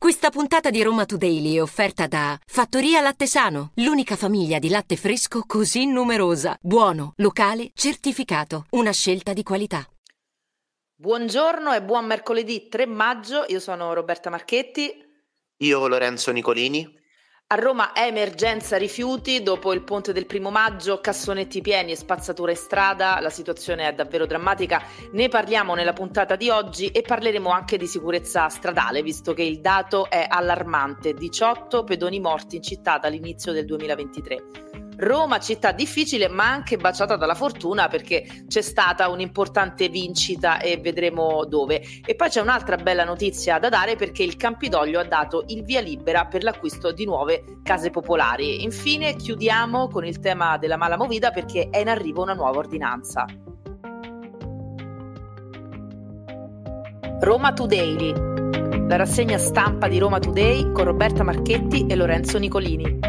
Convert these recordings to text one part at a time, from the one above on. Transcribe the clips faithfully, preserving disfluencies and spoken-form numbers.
Questa puntata di Roma Today è offerta da Fattoria Latte Sano, l'unica famiglia di latte fresco così numerosa. Buono, locale, certificato. Una scelta di qualità. Buongiorno e buon mercoledì tre maggio, io sono Roberta Marchetti. Io Lorenzo Nicolini. A Roma è emergenza rifiuti, dopo il ponte del primo maggio, cassonetti pieni e spazzatura in strada, la situazione è davvero drammatica, ne parliamo nella puntata di oggi e parleremo anche di sicurezza stradale, visto che il dato è allarmante, diciotto pedoni morti in città dall'inizio del duemilaventitré. Roma, città difficile ma anche baciata dalla fortuna perché c'è stata un'importante vincita e vedremo dove. E poi c'è un'altra bella notizia da dare perché il Campidoglio ha dato il via libera per l'acquisto di nuove case popolari. Infine chiudiamo con il tema della mala movida perché è in arrivo una nuova ordinanza. Roma Today, la rassegna stampa di Roma Today con Roberta Marchetti e Lorenzo Nicolini.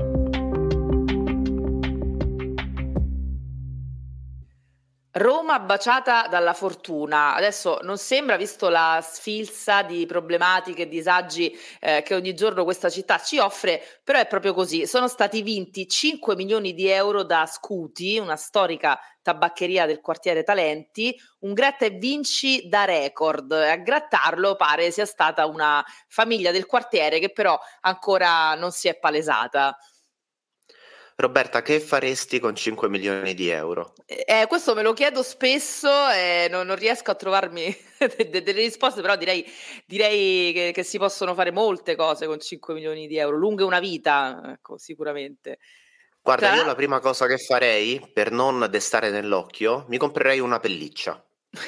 Roma baciata dalla fortuna. Adesso non sembra, visto la sfilza di problematiche e disagi eh, che ogni giorno questa città ci offre, però è proprio così. Sono stati vinti cinque milioni di euro da Scuti, una storica tabaccheria del quartiere Talenti, un gratta e vinci da record. A grattarlo pare sia stata una famiglia del quartiere che però ancora non si è palesata. Roberta, che faresti con cinque milioni di euro? Eh, questo me lo chiedo spesso e non, non riesco a trovarmi delle risposte, però direi, direi che, che si possono fare molte cose con cinque milioni di euro, lunga una vita, ecco, sicuramente. Guarda, Tra... io la prima cosa che farei, per non destare nell'occhio, mi comprerei una pelliccia.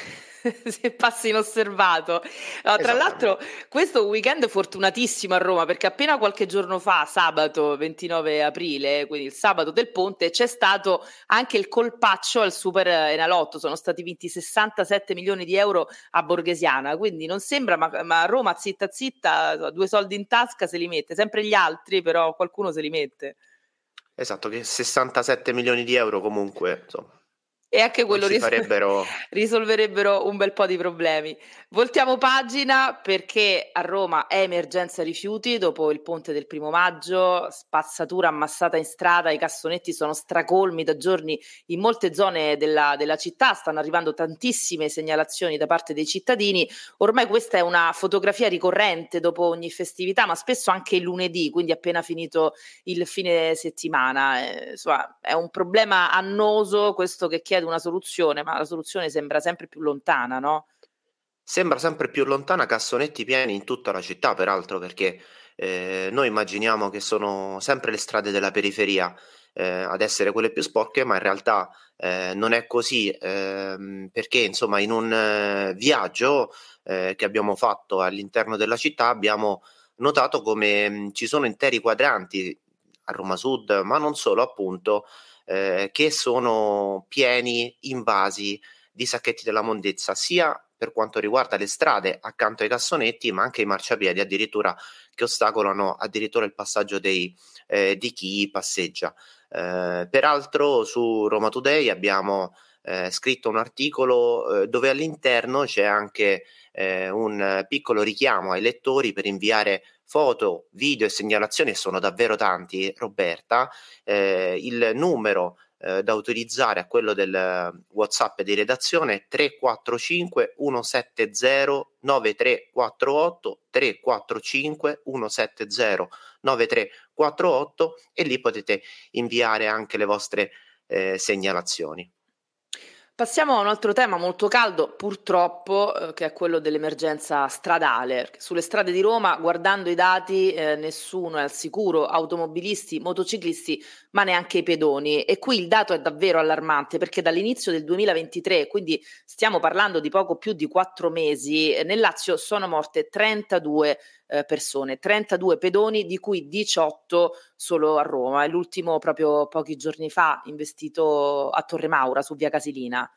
Se passi inosservato. No, tra l'altro questo è un weekend fortunatissimo a Roma perché appena qualche giorno fa, sabato ventinove aprile, quindi il sabato del ponte, c'è stato anche il colpaccio al Super Enalotto, sono stati vinti sessantasette milioni di euro a Borghesiana, quindi non sembra, ma, ma a Roma zitta zitta, due soldi in tasca se li mette, sempre gli altri, però qualcuno se li mette. Esatto, che sessantasette milioni di euro comunque, insomma. E anche quello ris- farebbero... risolverebbero un bel po' di problemi. Voltiamo pagina perché a Roma è emergenza rifiuti dopo il ponte del primo maggio, spazzatura ammassata in strada, i cassonetti sono stracolmi da giorni in molte zone della, della città, stanno arrivando tantissime segnalazioni da parte dei cittadini. Ormai questa è una fotografia ricorrente dopo ogni festività, ma spesso anche il lunedì, quindi appena finito il fine settimana. Eh, insomma, è un problema annoso questo che chiede una soluzione, ma la soluzione sembra sempre più lontana, no? Sembra sempre più lontana, cassonetti pieni in tutta la città, peraltro, perché eh, noi immaginiamo che sono sempre le strade della periferia eh, ad essere quelle più sporche, ma in realtà eh, non è così, eh, perché insomma in un eh, viaggio eh, che abbiamo fatto all'interno della città abbiamo notato come mh, ci sono interi quadranti a Roma Sud, ma non solo, appunto, eh, che sono pieni, invasi di sacchetti della mondezza, sia per quanto riguarda le strade accanto ai cassonetti, ma anche i marciapiedi addirittura che ostacolano addirittura il passaggio dei, eh, di chi passeggia. Eh, peraltro su Roma Today abbiamo eh, scritto un articolo eh, dove all'interno c'è anche eh, un piccolo richiamo ai lettori per inviare foto, video e segnalazioni, e sono davvero tanti, Roberta. Eh, il numero eh, da utilizzare a quello del WhatsApp di redazione tre quattro cinque uno sette zero nove tre quattro otto, tre quattro cinque uno sette zero nove tre quattro otto, e lì potete inviare anche le vostre eh, segnalazioni. Passiamo a un altro tema molto caldo, purtroppo, eh, che è quello dell'emergenza stradale. Sulle strade di Roma, guardando i dati, eh, nessuno è al sicuro, automobilisti, motociclisti, ma neanche i pedoni. E qui il dato è davvero allarmante, perché dall'inizio del duemilaventitré, quindi stiamo parlando di poco più di quattro mesi, eh, nel Lazio sono morte trentadue eh, persone, trentadue pedoni, di cui diciotto solo a Roma. È l'ultimo proprio pochi giorni fa, investito a Torre Maura, su via Casilina.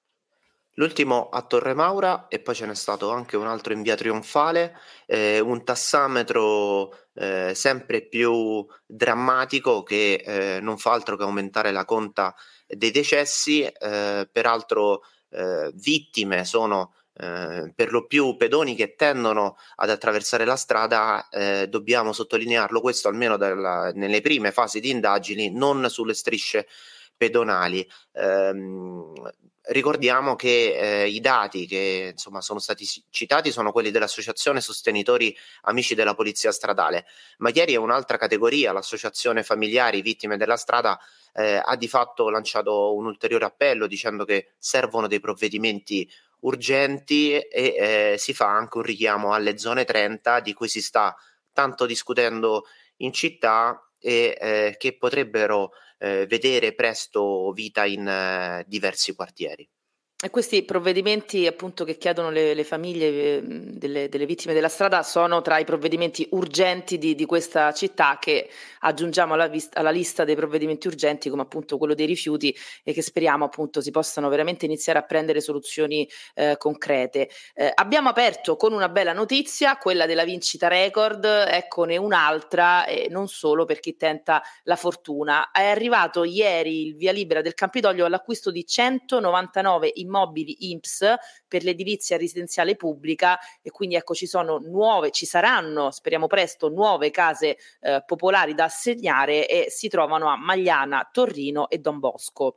L'ultimo a Torre Maura, e poi ce n'è stato anche un altro in via Trionfale, eh, un tassametro eh, sempre più drammatico che eh, non fa altro che aumentare la conta dei decessi. Eh, peraltro eh, vittime sono eh, per lo più pedoni che tendono ad attraversare la strada, eh, dobbiamo sottolinearlo questo almeno dalla, nelle prime fasi di indagini, non sulle strisce pedonali. Ehm, ricordiamo che eh, i dati che insomma sono stati citati sono quelli dell'Associazione Sostenitori Amici della Polizia Stradale, ma ieri è un'altra categoria, l'Associazione Familiari Vittime della Strada, eh, ha di fatto lanciato un ulteriore appello dicendo che servono dei provvedimenti urgenti e eh, si fa anche un richiamo alle zone trenta di cui si sta tanto discutendo in città e eh, che potrebbero eh, vedere presto vita in eh, diversi quartieri. E questi provvedimenti appunto che chiedono le, le famiglie eh, delle, delle vittime della strada sono tra i provvedimenti urgenti di, di questa città, che aggiungiamo alla, vista, alla lista dei provvedimenti urgenti come appunto quello dei rifiuti, e che speriamo appunto si possano veramente iniziare a prendere soluzioni eh, concrete. Eh, abbiamo aperto con una bella notizia, quella della vincita record, eccone un'altra, e non solo per chi tenta la fortuna. È arrivato ieri il via libera del Campidoglio all'acquisto di centonovantanove immobili immobili I N P S per l'edilizia residenziale pubblica, e quindi ecco ci sono nuove, ci saranno, speriamo presto, nuove case eh, popolari da assegnare, e si trovano a Magliana, Torrino e Don Bosco.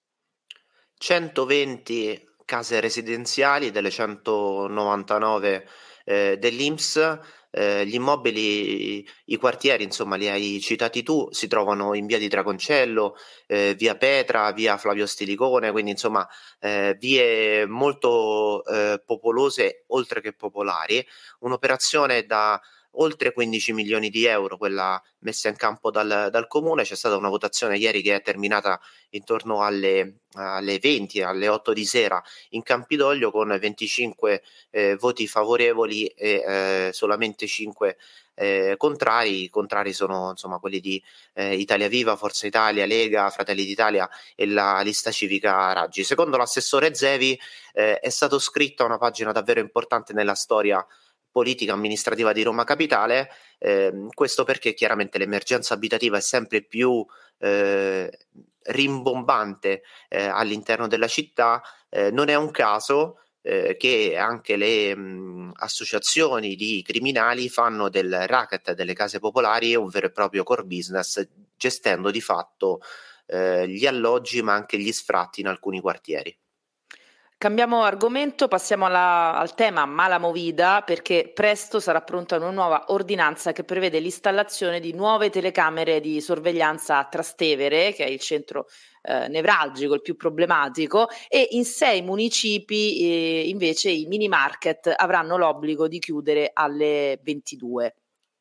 centoventi case residenziali delle centonovantanove eh, dell'I N P S. Eh, gli immobili, i quartieri, insomma, li hai citati tu, si trovano in via di Dragoncello, eh, via Petra, via Flavio Stilicone, quindi insomma eh, vie molto eh, popolose oltre che popolari. Un'operazione da oltre quindici milioni di euro, quella messa in campo dal, dal comune. C'è stata una votazione ieri che è terminata intorno alle, alle venti, alle otto di sera in Campidoglio, con venticinque eh, voti favorevoli e eh, solamente cinque eh, contrari. I contrari sono insomma quelli di eh, Italia Viva, Forza Italia, Lega, Fratelli d'Italia e la lista civica Raggi. Secondo l'assessore Zevi eh, è stato scritto una pagina davvero importante nella storia politica amministrativa di Roma Capitale, eh, questo perché chiaramente l'emergenza abitativa è sempre più eh, rimbombante eh, all'interno della città. Eh, non è un caso eh, che anche le mh, associazioni di criminali fanno del racket delle case popolari un vero e proprio core business, gestendo di fatto eh, gli alloggi ma anche gli sfratti in alcuni quartieri. Cambiamo argomento, passiamo alla, al tema mala movida, perché presto sarà pronta una nuova ordinanza che prevede l'installazione di nuove telecamere di sorveglianza a Trastevere, che è il centro eh, nevralgico, il più problematico, e in sei municipi eh, invece i mini market avranno l'obbligo di chiudere alle ventidue.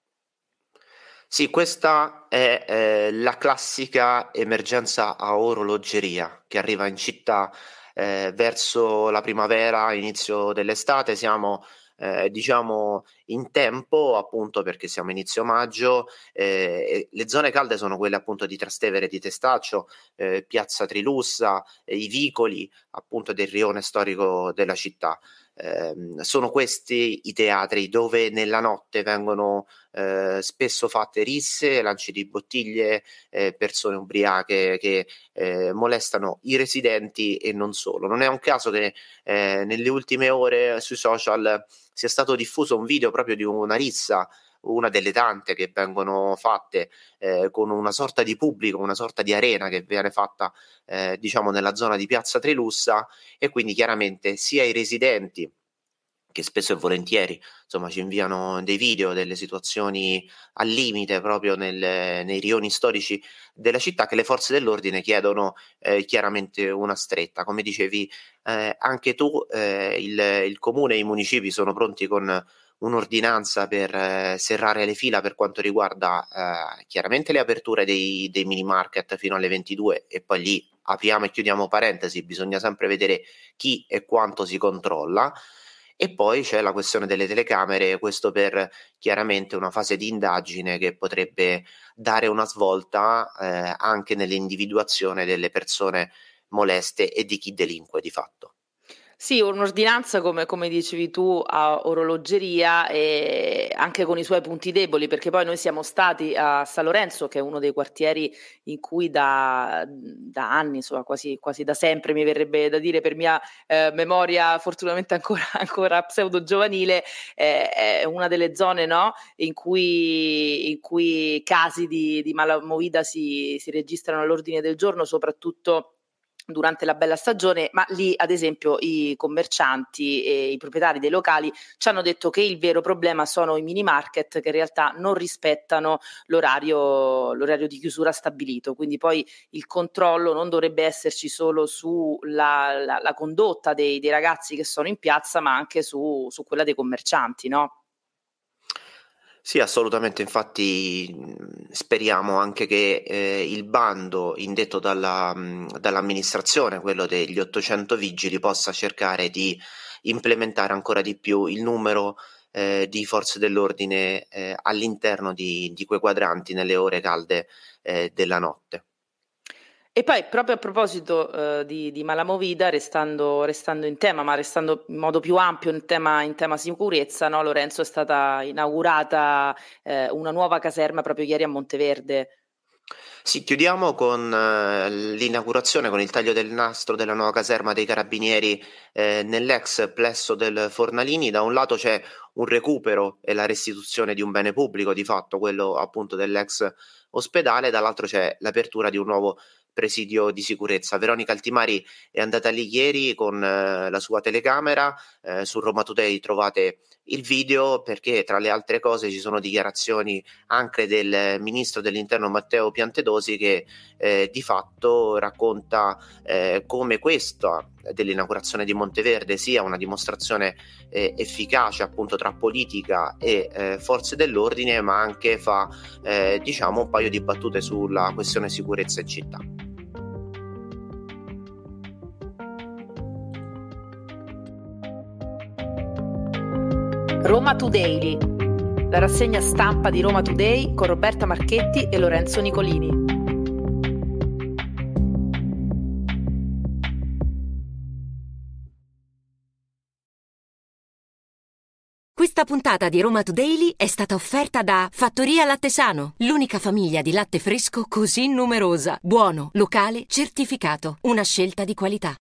Sì, questa è eh, la classica emergenza a orologeria che arriva in città Eh, verso la primavera, inizio dell'estate. Siamo eh, diciamo in tempo, appunto perché siamo inizio maggio. Eh, le zone calde sono quelle appunto di Trastevere, di Testaccio, eh, Piazza Trilussa, eh, i vicoli appunto del rione storico della città. Eh, sono questi i teatri dove nella notte vengono eh, spesso fatte risse, lanci di bottiglie, eh, persone ubriache che eh, molestano i residenti e non solo. Non è un caso che eh, nelle ultime ore sui social sia stato diffuso un video proprio di una rissa, una delle tante che vengono fatte eh, con una sorta di pubblico, una sorta di arena che viene fatta eh, diciamo nella zona di Piazza Trilussa, e quindi chiaramente sia i residenti, che spesso e volentieri insomma ci inviano dei video delle situazioni al limite proprio nel, nei rioni storici della città, che le forze dell'ordine chiedono eh, chiaramente una stretta. Come dicevi eh, anche tu, eh, il, il comune e i municipi sono pronti con un'ordinanza per eh, serrare le fila per quanto riguarda eh, chiaramente le aperture dei, dei mini market fino alle ventidue, e poi lì apriamo e chiudiamo parentesi, bisogna sempre vedere chi e quanto si controlla. E poi c'è la questione delle telecamere, questo per chiaramente una fase di indagine che potrebbe dare una svolta eh, anche nell'individuazione delle persone moleste e di chi delinque di fatto. Sì, un'ordinanza come come dicevi tu a orologeria, ehm, anche con i suoi punti deboli, perché poi noi siamo stati a San Lorenzo, che è uno dei quartieri in cui da mhmm, da anni, insomma quasi quasi da sempre mi verrebbe da dire per mia, ehm, memoria fortunatamente ancora ancora pseudo giovanile, ehm, è una delle zone, no, in cui in cui casi di di mala movida si si registrano all'ordine del giorno, soprattutto durante la bella stagione, ma lì ad esempio i commercianti e i proprietari dei locali ci hanno detto che il vero problema sono i mini market che in realtà non rispettano l'orario l'orario di chiusura stabilito, quindi poi il controllo non dovrebbe esserci solo sulla la la condotta dei dei ragazzi che sono in piazza, ma anche su su quella dei commercianti, no? Sì, assolutamente, infatti, mhmm, speriamo anche che, ehm, il bando indetto dalla mhmm, dall'amministrazione, quello degli ottocento vigili, possa cercare di implementare ancora di più il numero, ehm, di forze dell'ordine, ehm, all'interno di di quei quadranti nelle ore calde, ehm, della notte. E poi proprio a proposito, uhm, di di mala movida, restando restando in tema, ma restando in modo più ampio in tema in tema sicurezza, no, Lorenzo, è stata inaugurata, ehm, una nuova caserma proprio ieri a Monteverde. Sì, chiudiamo con eh, l'inaugurazione, con il taglio del nastro della nuova caserma dei Carabinieri, ehm, nell'ex plesso del Fornalini. Da un lato c'è un recupero e la restituzione di un bene pubblico, di fatto quello appunto dell'ex ospedale, dall'altro c'è l'apertura di un nuovo presidio di sicurezza. Veronica Altimari è andata lì ieri con eh, la sua telecamera, ehm, su Roma Today trovate il video, perché tra le altre cose ci sono dichiarazioni anche del ministro dell'interno Matteo Piantedosi, che eh, di fatto racconta eh, come questa dell'inaugurazione di Monteverde sia una dimostrazione eh, efficace appunto tra politica e eh, forze dell'ordine, ma anche fa eh, diciamo un paio di battute sulla questione sicurezza in città. Roma Today, la rassegna stampa di Roma Today con Roberta Marchetti e Lorenzo Nicolini. Questa puntata di Roma Today è stata offerta da Fattoria Latte Sano, l'unica famiglia di latte fresco così numerosa. Buono, locale, certificato. Una scelta di qualità.